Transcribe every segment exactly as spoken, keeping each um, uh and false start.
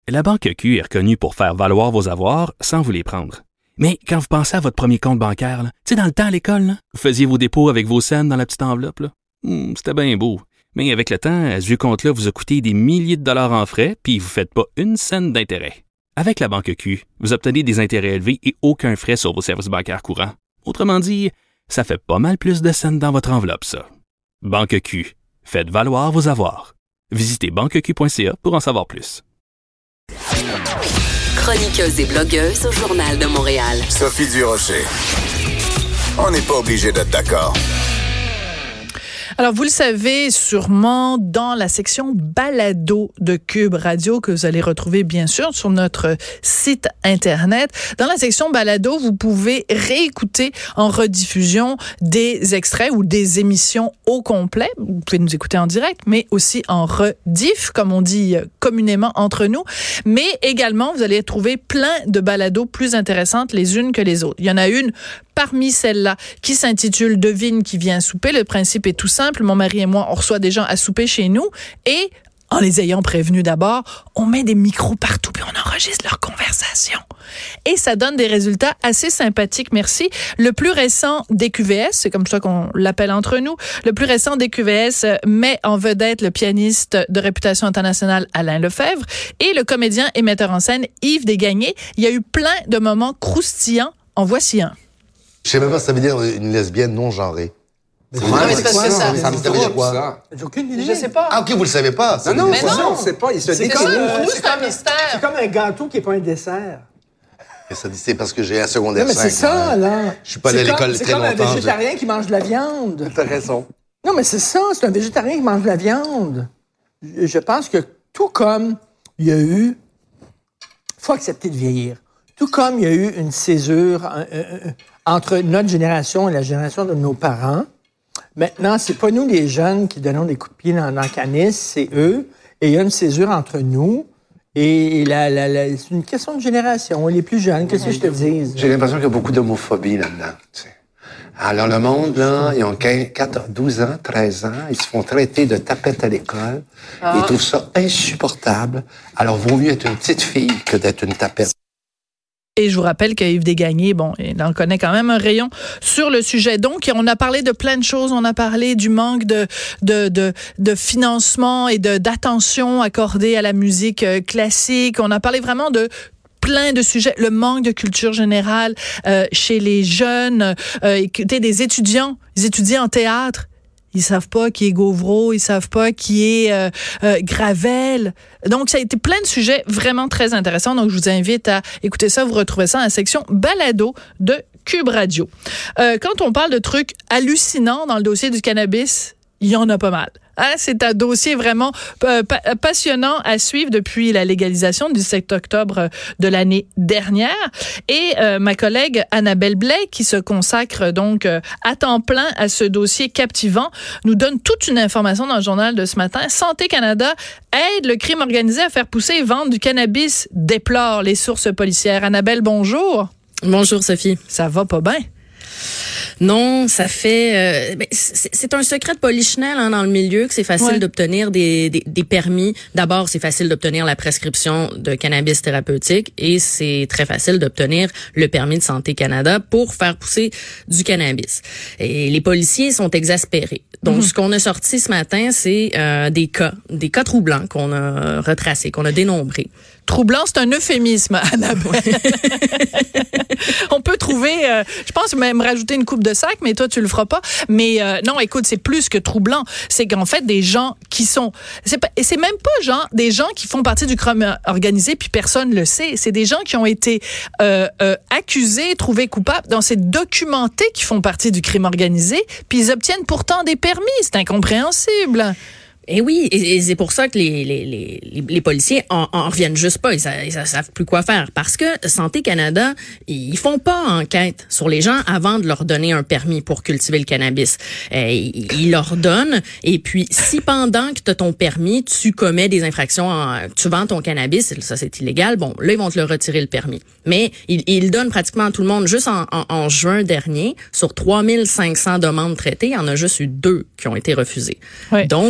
La Banque Q est reconnue pour faire valoir vos avoirs sans vous les prendre. Mais quand vous pensez à votre premier compte bancaire, tu sais, dans le temps à l'école, là, vous faisiez vos dépôts avec vos scènes dans la petite enveloppe. Là. Hum, c'était bien beau. Mais avec le temps, ce vieux compte-là vous a coûté des milliers de dollars en frais, puis vous ne faites pas une scène d'intérêt. Avec la Banque Q, vous obtenez des intérêts élevés et aucun frais sur vos services bancaires courants. Autrement dit, ça fait pas mal plus de scènes dans votre enveloppe, ça. Banque Q. Faites valoir vos avoirs. Visitez banque q point c a pour en savoir plus. Chroniqueuse et blogueuse au Journal de Montréal. Sophie Durocher. On n'est pas obligé d'être d'accord. Alors, vous le savez sûrement dans la section balado de Cube Radio que vous allez retrouver bien sûr sur notre site Internet. Dans la section balado, vous pouvez réécouter en rediffusion des extraits ou des émissions au complet. Vous pouvez nous écouter en direct, mais aussi en rediff, comme on dit communément entre nous. Mais également, vous allez trouver plein de balados plus intéressantes les unes que les autres. Il y en a une parmi celles-là qui s'intitule « Devine qui vient souper ». Le principe est tout simple. Mon mari et moi, on reçoit des gens à souper chez nous et, en les ayant prévenus d'abord, on met des micros partout puis on enregistre leur conversation. Et ça donne des résultats assez sympathiques, merci. Le plus récent D Q V S, c'est comme ça qu'on l'appelle entre nous, le plus récent D Q V S met en vedette le pianiste de réputation internationale Alain Lefebvre et le comédien et metteur en scène Yves Desgagnés. Il y a eu plein de moments croustillants. En voici un. Je sais même pas ce que ça veut dire une lesbienne non genrée. C'est quoi, mais c'est parce que ça, ça, ça veut dire quoi? J'ai aucune idée. Je sais pas. Ah, ok, vous le savez pas. Non, non, mais non, non. on sait pas. Il se C'est dit comme, que euh, c'est c'est un comme, mystère. c'est comme un gâteau qui est pas un dessert. Et ça dit, c'est parce que j'ai un secondaire Non, mais cinq. c'est ça, hein. là. Je suis pas allé à C'est l'école comme- très C'est comme un longtemps. végétarien qui mange de la viande. T'as raison. Non, mais c'est ça. C'est un végétarien qui mange de la viande. Je je pense que tout comme il y a eu... faut accepter de vieillir. Tout comme il y a eu une césure euh, euh, entre notre génération et la génération de nos parents, maintenant, c'est pas nous les jeunes qui donnons des coups de pied dans, dans le canis, c'est eux. Et il y a une césure entre nous. Et la, la, la, c'est une question de génération. Les plus jeunes, qu'est-ce que je te dis? J'ai l'impression qu'il y a beaucoup d'homophobie là-dedans. Tu sais. Alors, le monde, là, ils ont quatorze, douze ans, treize ans, ils se font traiter de tapettes à l'école. Ah. Ils trouvent ça insupportable. Alors, vaut mieux être une petite fille que d'être une tapette. Et je vous rappelle que Yves Desgagnés, bon, il en connaît quand même un rayon sur le sujet. Donc, on a parlé de plein de choses. On a parlé du manque de de de, de financement et de d'attention accordée à la musique classique. On a parlé vraiment de plein de sujets, le manque de culture générale euh, chez les jeunes, euh, écoutez, des étudiants, ils étudient en théâtre. Ils savent pas qui est Gauvreau, ils savent pas qui est euh, euh, Gravel. Donc, ça a été plein de sujets vraiment très intéressants. Donc, je vous invite à écouter ça. Vous retrouvez ça dans la section balado de Cube Radio. Euh, quand on parle de trucs hallucinants dans le dossier du cannabis, il y en a pas mal. Hein, c'est un dossier vraiment euh, pa- passionnant à suivre depuis la légalisation du sept octobre de l'année dernière. Et euh, ma collègue Annabelle Blais, qui se consacre donc euh, à temps plein à ce dossier captivant, nous donne toute une information dans le journal de ce matin. Santé Canada aide le crime organisé à faire pousser et vendre du cannabis, déplore les sources policières. Annabelle, bonjour. Bonjour Sophie. Ça va pas bien? Non, ça fait... Euh, ben, c'est, c'est un secret de polichinelle hein, dans le milieu que c'est facile ouais. d'obtenir des, des, des permis. D'abord, c'est facile d'obtenir la prescription de cannabis thérapeutique et c'est très facile d'obtenir le permis de Santé Canada pour faire pousser du cannabis. Et les policiers sont exaspérés. Donc, mmh. ce qu'on a sorti ce matin, c'est euh, des cas, des cas troublants qu'on a retracés, qu'on a dénombrés. Troublant, c'est un euphémisme, Annabelle. On peut trouver, euh, je pense même rajouter une coupe de sac, mais toi, tu le feras pas. Mais euh, non, écoute, c'est plus que troublant. C'est qu'en fait, des gens qui sont... C'est pas, et c'est même pas genre des gens qui font partie du crime organisé, puis personne le sait. C'est des gens qui ont été euh, euh, accusés, trouvés coupables. Donc, c'est documenté qu'ils font partie du crime organisé, puis ils obtiennent pourtant des permis. C'est incompréhensible. Et oui, et, et c'est pour ça que les les les, les policiers en, en reviennent juste pas, ils, sa, ils savent plus quoi faire parce que Santé Canada, ils font pas enquête sur les gens avant de leur donner un permis pour cultiver le cannabis. Euh, ils, ils leur donnent et puis si pendant que tu as ton permis, tu commets des infractions, en, tu vends ton cannabis, ça c'est illégal, bon, là ils vont te le retirer le permis. Mais ils, ils donnent pratiquement à tout le monde juste en, en, en juin dernier, sur trois mille cinq cents demandes traitées, il y en a juste eu deux qui ont été refusées. Oui. Donc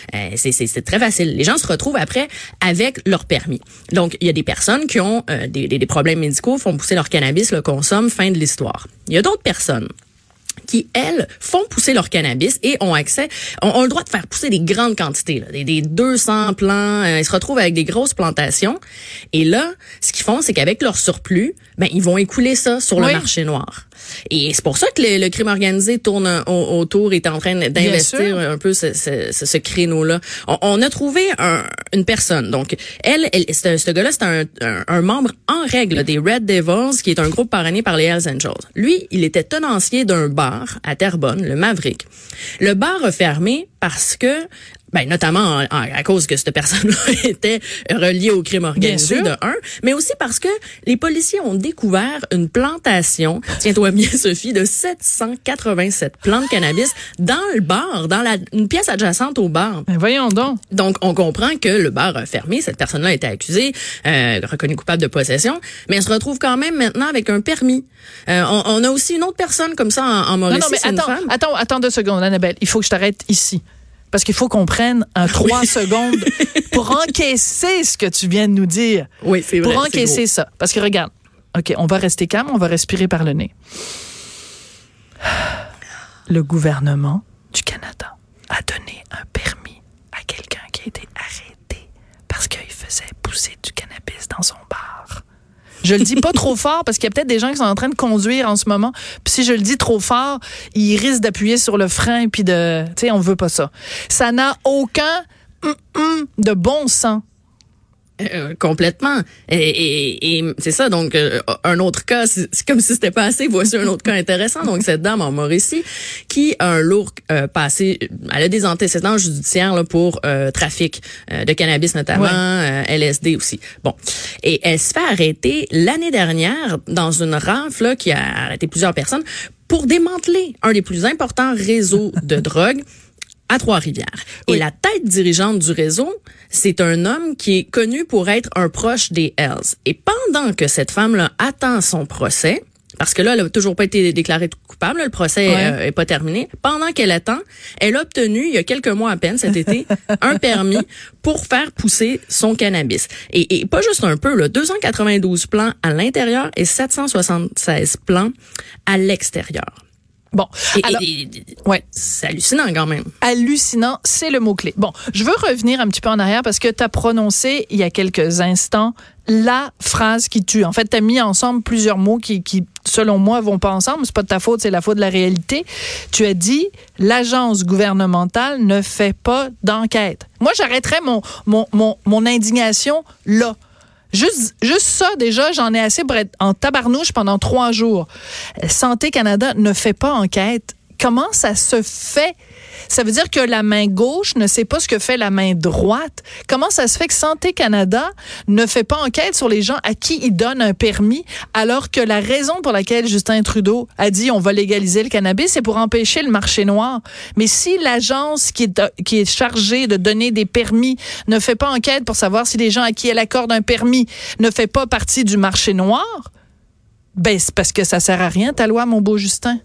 Euh, c'est, c'est, c'est très facile. Les gens se retrouvent après avec leur permis. Donc, il y a des personnes qui ont euh, des, des, des problèmes médicaux, font pousser leur cannabis, le consomment, fin de l'histoire. Il y a d'autres personnes qui, elles, font pousser leur cannabis et ont accès, ont, ont le droit de faire pousser des grandes quantités, là, des, des deux cents plants. Euh, ils se retrouvent avec des grosses plantations. Et là, ce qu'ils font, c'est qu'avec leur surplus, ben ils vont écouler ça sur oui. le marché noir. Et c'est pour ça que le, le crime organisé tourne au, autour, est en train d'investir un peu ce, ce, ce, ce créneau-là. On, on a trouvé un, une personne. Donc, elle, elle ce, ce gars-là, c'est un, un, un membre en règle des Red Devils, qui est un groupe parrainé par les Hells Angels. Lui, il était tenancier d'un bar à Terrebonne, le Maverick. Le bar a fermé parce que, ben notamment en, en, à cause que cette personne-là était reliée au crime organisé de un, mais aussi parce que les policiers ont découvert une plantation, tiens-toi bien Sophie, de sept cent quatre-vingt-sept plants de cannabis dans le bar, dans la une pièce adjacente au bar. Ben voyons donc. Donc on comprend que le bar a fermé, cette personne-là a été accusée, euh, reconnue coupable de possession, mais elle se retrouve quand même maintenant avec un permis. Euh, on, on a aussi une autre personne comme ça en, en Mauricie, non, non, mais c'est attends, une femme. attends, attends deux secondes, Annabelle. Il faut que je t'arrête ici. Parce qu'il faut qu'on prenne un trois oui. secondes pour encaisser ce que tu viens de nous dire. Oui, c'est vrai. Pour encaisser ça. Parce que regarde, OK, on va rester calme, on va respirer par le nez. Le gouvernement du Canada a donné un permis à quelqu'un qui a été arrêté parce qu'il faisait pousser du cannabis dans son bar. Je le dis pas trop fort parce qu'il y a peut-être des gens qui sont en train de conduire en ce moment. Puis si je le dis trop fort, ils risquent d'appuyer sur le frein puis de, tu sais, on veut pas ça. Ça n'a aucun hum, hum, de bon sens. Euh, complètement. Et, et, et c'est ça, donc euh, un autre cas, c'est, c'est comme si c'était pas assez. Voici un autre cas intéressant. Donc cette dame en Mauricie qui a un lourd euh, passé, elle a des antécédents judiciaires là, pour euh, trafic euh, de cannabis notamment, ouais. euh, L S D aussi. Bon, et elle se fait arrêter l'année dernière dans une rafle là, qui a arrêté plusieurs personnes pour démanteler un des plus importants réseaux de drogue à Trois-Rivières. Oui. Et la tête dirigeante du réseau, c'est un homme qui est connu pour être un proche des Hells. Et pendant que cette femme-là attend son procès, parce que là, elle n'a toujours pas été déclarée coupable, le procès ouais. euh, est pas terminé. Pendant qu'elle attend, elle a obtenu, il y a quelques mois à peine cet été, un permis pour faire pousser son cannabis. Et, et pas juste un peu, là, deux cent quatre-vingt-douze plants à l'intérieur et sept cent soixante-seize plants à l'extérieur. Bon, et, alors, et, et, ouais. c'est hallucinant quand même. Hallucinant, c'est le mot-clé. Bon, je veux revenir un petit peu en arrière parce que tu as prononcé il y a quelques instants la phrase qui tue. En fait, tu as mis ensemble plusieurs mots qui, qui, selon moi, vont pas ensemble. C'est pas de ta faute, c'est la faute de la réalité. Tu as dit, l'agence gouvernementale ne fait pas d'enquête. Moi, j'arrêterais mon, mon, mon, mon indignation là. Juste, juste ça, déjà, j'en ai assez pour être en tabarnouche pendant trois jours. Santé Canada ne fait pas enquête. Comment ça se fait? Ça veut dire que la main gauche ne sait pas ce que fait la main droite. Comment ça se fait que Santé Canada ne fait pas enquête sur les gens à qui il donne un permis, alors que la raison pour laquelle Justin Trudeau a dit on va légaliser le cannabis, c'est pour empêcher le marché noir. Mais si l'agence qui est, qui est chargée de donner des permis ne fait pas enquête pour savoir si les gens à qui elle accorde un permis ne fait pas partie du marché noir, ben c'est parce que ça sert à rien ta loi, mon beau Justin.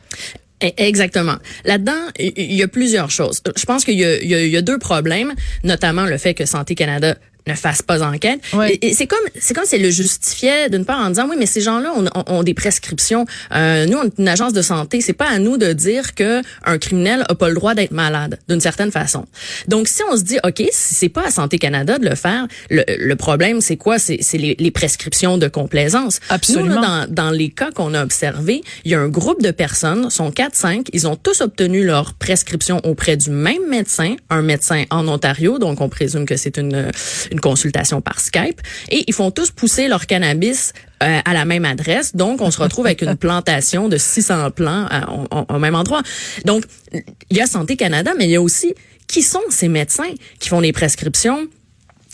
Exactement. Là-dedans, il y a plusieurs choses. Je pense qu'il y a, il y a, il y a deux problèmes, notamment le fait que Santé Canada ne fasse pas enquête. Ouais. Et, et c'est comme c'est comme si elle le justifiait d'une part en disant oui mais ces gens-là ont, ont, ont des prescriptions. Euh, nous on est une agence de santé, c'est pas à nous de dire que un criminel a pas le droit d'être malade d'une certaine façon. Donc si on se dit ok si c'est pas à Santé Canada de le faire, le, le problème c'est quoi c'est c'est les, les prescriptions de complaisance. Absolument. Nous là, dans dans les cas qu'on a observés, il y a un groupe de personnes, sont quatre cinq, ils ont tous obtenu leur prescription auprès du même médecin, un médecin en Ontario, donc on présume que c'est une une consultation par Skype, et ils font tous pousser leur cannabis euh, à la même adresse. Donc, on se retrouve avec une plantation de six cents plants à, au, au même endroit. Donc, il y a Santé Canada, mais il y a aussi qui sont ces médecins qui font les prescriptions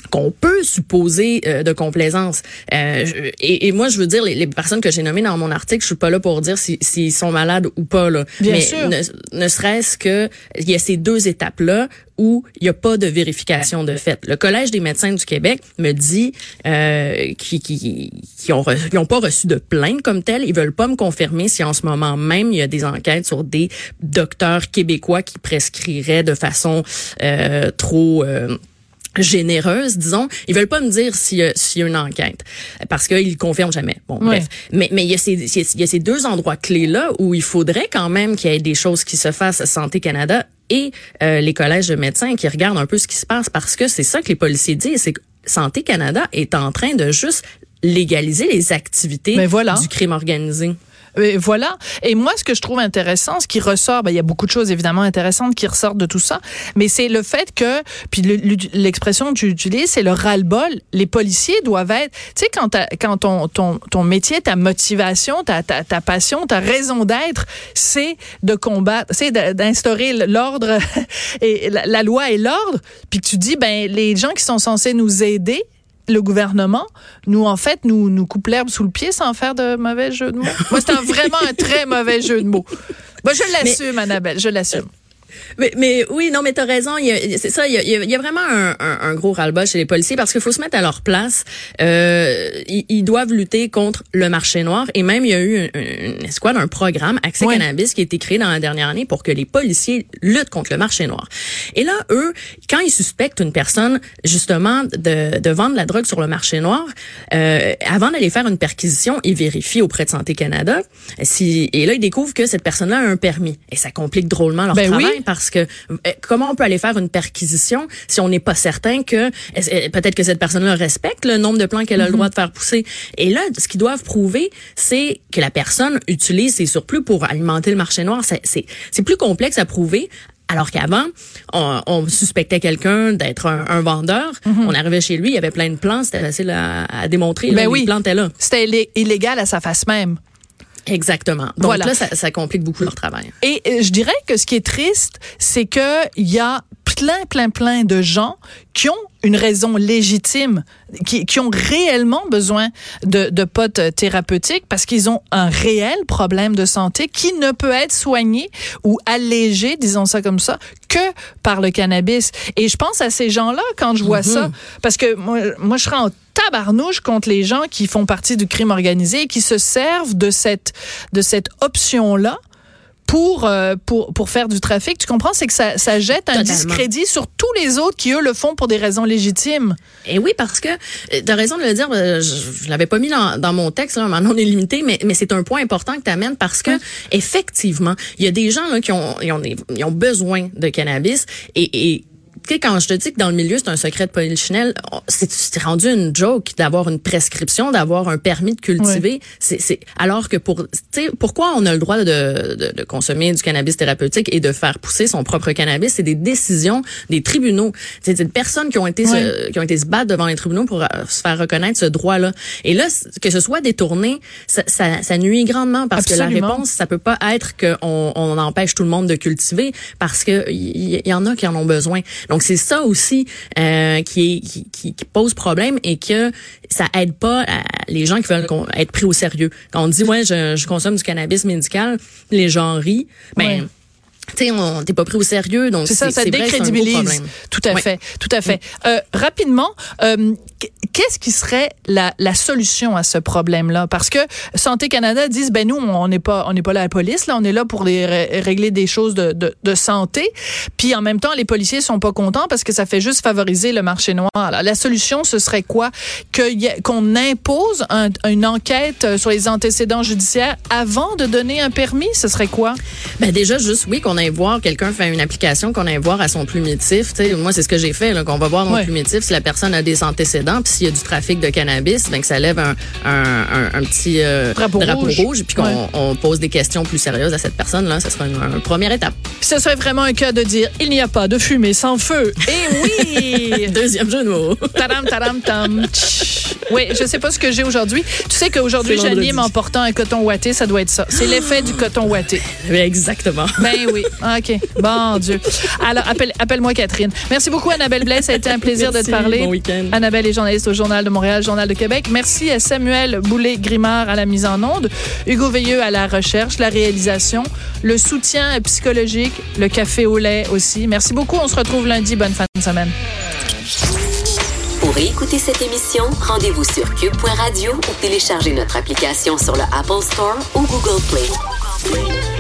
qu'on peut supposer euh, de complaisance. Euh, je, et, et moi, je veux dire, les, les personnes que j'ai nommées dans mon article, je suis pas là pour dire s'ils si, si sont malades ou pas. Là. Bien Mais sûr. Ne, ne serait-ce que il y a ces deux étapes-là où il n'y a pas de vérification de fait. Le Collège des médecins du Québec me dit euh, qu'ils qui, qui ont, qui ont pas reçu de plainte comme telle. Ils veulent pas me confirmer si en ce moment même, il y a des enquêtes sur des docteurs québécois qui prescriraient de façon euh, trop... Euh, généreuse, disons. Ils veulent pas me dire s'il y a, s'il y a une enquête parce qu'ils confirment jamais. Bon, ouais. bref. Mais, mais il y a ces, il y a ces deux endroits clés-là où il faudrait quand même qu'il y ait des choses qui se fassent à Santé Canada et euh, les collèges de médecins qui regardent un peu ce qui se passe parce que c'est ça que les policiers disent, c'est que Santé Canada est en train de juste légaliser les activités Mais voilà. du crime organisé. Et voilà. Et moi, ce que je trouve intéressant, ce qui ressort, ben, il y a beaucoup de choses évidemment intéressantes qui ressortent de tout ça, mais c'est le fait que, puis le, l'expression que tu utilises, c'est le ras-le-bol. Les policiers doivent être, tu sais, quand, t'as, quand ton, ton, ton métier, ta motivation, ta, ta, ta passion, ta raison d'être, c'est de combattre, c'est d'instaurer l'ordre et la, la loi et l'ordre, puis que tu dis, ben, les gens qui sont censés nous aider, le gouvernement, nous, en fait, nous, nous coupe l'herbe sous le pied sans faire de mauvais jeu de mots. Moi, c'est un, vraiment un très mauvais jeu de mots. Moi, je l'assume, mais, Annabelle, je l'assume. Mais, mais oui, non, mais t'as raison. Il y a, c'est ça, il y a, il y a vraiment un, un, un gros ras-le-bas chez les policiers parce qu'il faut se mettre à leur place. Euh, ils, ils doivent lutter contre le marché noir et même il y a eu une, une escouade, un programme Accès ouais. Cannabis qui a été créé dans la dernière année pour que les policiers luttent contre le marché noir. Et là, eux, quand ils suspectent une personne justement de, de vendre la drogue sur le marché noir, euh, avant d'aller faire une perquisition, ils vérifient auprès de Santé Canada si et là ils découvrent que cette personne-là a un permis et ça complique drôlement leur ben travail. Oui. Parce que comment on peut aller faire une perquisition si on n'est pas certain que peut-être que cette personne-là respecte le nombre de plants qu'elle a le droit de faire pousser. Et là, ce qu'ils doivent prouver, c'est que la personne utilise ses surplus pour alimenter le marché noir. C'est, c'est, c'est plus complexe à prouver. Alors qu'avant, on, on suspectait quelqu'un d'être un, un vendeur. Mm-hmm. On arrivait chez lui, il y avait plein de plants, c'était facile à, à démontrer. Ben là, oui. Les plants étaient là. C'était illégal à sa face même. Exactement. Donc voilà. là, ça, ça complique beaucoup leur travail. Et euh, je dirais que ce qui est triste, c'est que il y a plein, plein, plein de gens qui ont une raison légitime, qui, qui ont réellement besoin de, de potes thérapeutiques parce qu'ils ont un réel problème de santé qui ne peut être soigné ou allégé, disons ça comme ça, que par le cannabis. Et je pense à ces gens-là quand je vois mm-hmm. ça, parce que moi, moi je serais en tabarnouche contre les gens qui font partie du crime organisé et qui se servent de cette, de cette option-là pour euh, pour pour faire du trafic. Tu comprends? C'est que ça ça jette un Totalement. discrédit sur tous les autres qui, eux, le font pour des raisons légitimes. Et oui, parce que t'as raison de le dire, je, je l'avais pas mis dans, dans mon texte, là, maintenant on est limité, mais, mais c'est un point important que tu amènes parce que, hum. effectivement, il y a des gens là, qui ont, ils ont, ils ont besoin de cannabis et, et tu sais, quand je te dis que dans le milieu, c'est un secret de polichinelle, c'est, c'est rendu une joke d'avoir une prescription, d'avoir un permis de cultiver. Oui. C'est, c'est, alors que pour, tu sais, pourquoi on a le droit de, de, de consommer du cannabis thérapeutique et de faire pousser son propre cannabis? C'est des décisions des tribunaux. C'est des personnes qui ont été, oui. se, qui ont été se battre devant les tribunaux pour se faire reconnaître ce droit-là. Et là, que ce soit détourné, ça, ça, ça nuit grandement parce Absolument. que la réponse, ça peut pas être qu'on on empêche tout le monde de cultiver parce que il y, y en a qui en ont besoin. Donc, c'est ça aussi euh, qui, est, qui, qui, qui pose problème et que ça aide pas à les gens qui veulent être pris au sérieux. Quand on dit, ouais, je, je consomme du cannabis médical, les gens rient. Ben, ouais. Tu sais, on t'es pas pris au sérieux, donc c'est ça, ça c'est décrédibilise. Vrai, c'est un gros tout à ouais. fait, tout à fait. Euh, rapidement, euh, qu'est-ce qui serait la, la solution à ce problème-là? Parce que Santé Canada disent, ben nous, on n'est pas, on n'est pas là à la police, là, on est là pour les ré- régler des choses de, de, de santé. Puis en même temps, les policiers sont pas contents parce que ça fait juste favoriser le marché noir. Alors, la solution, ce serait quoi? Que y a, qu'on impose un, une enquête sur les antécédents judiciaires avant de donner un permis? Ce serait quoi? Ben déjà, juste oui, qu'on aille voir, quelqu'un fait une application, qu'on aille voir à son plumitif. Tu sais, moi, c'est ce que j'ai fait, là, qu'on va voir mon ouais. plumitif si la personne a des antécédents, puis s'il y a du trafic de cannabis, ben que ça lève un, un, un, un petit euh, drapeau, drapeau rouge, rouge puis qu'on ouais. on pose des questions plus sérieuses à cette personne-là. Ça sera une, une première étape. Puis ce serait vraiment un cas de dire, il n'y a pas de fumée sans feu. Et oui! Deuxième jeu de mots. Tadam, tadam, tam. Oui, je sais pas ce que j'ai aujourd'hui. Tu sais qu'aujourd'hui, j'anime en portant un coton ouaté, ça doit être ça. C'est l'effet du coton ouaté. Exactement. Ben oui. oui. OK. Bon Dieu. Alors, appelle, appelle-moi Catherine. Merci beaucoup, Annabelle Blais. Ça a été un plaisir Merci, de te parler. bon week-end. Annabelle est journaliste au Journal de Montréal, Journal de Québec. Merci à Samuel Boulay-Grimard à la mise en onde, Hugo Veilleux à la recherche, la réalisation, le soutien psychologique, le café au lait aussi. Merci beaucoup. On se retrouve lundi. Bonne fin de semaine. Pour écouter cette émission, rendez-vous sur cube point radio ou téléchargez notre application sur le Apple Store ou Google Play.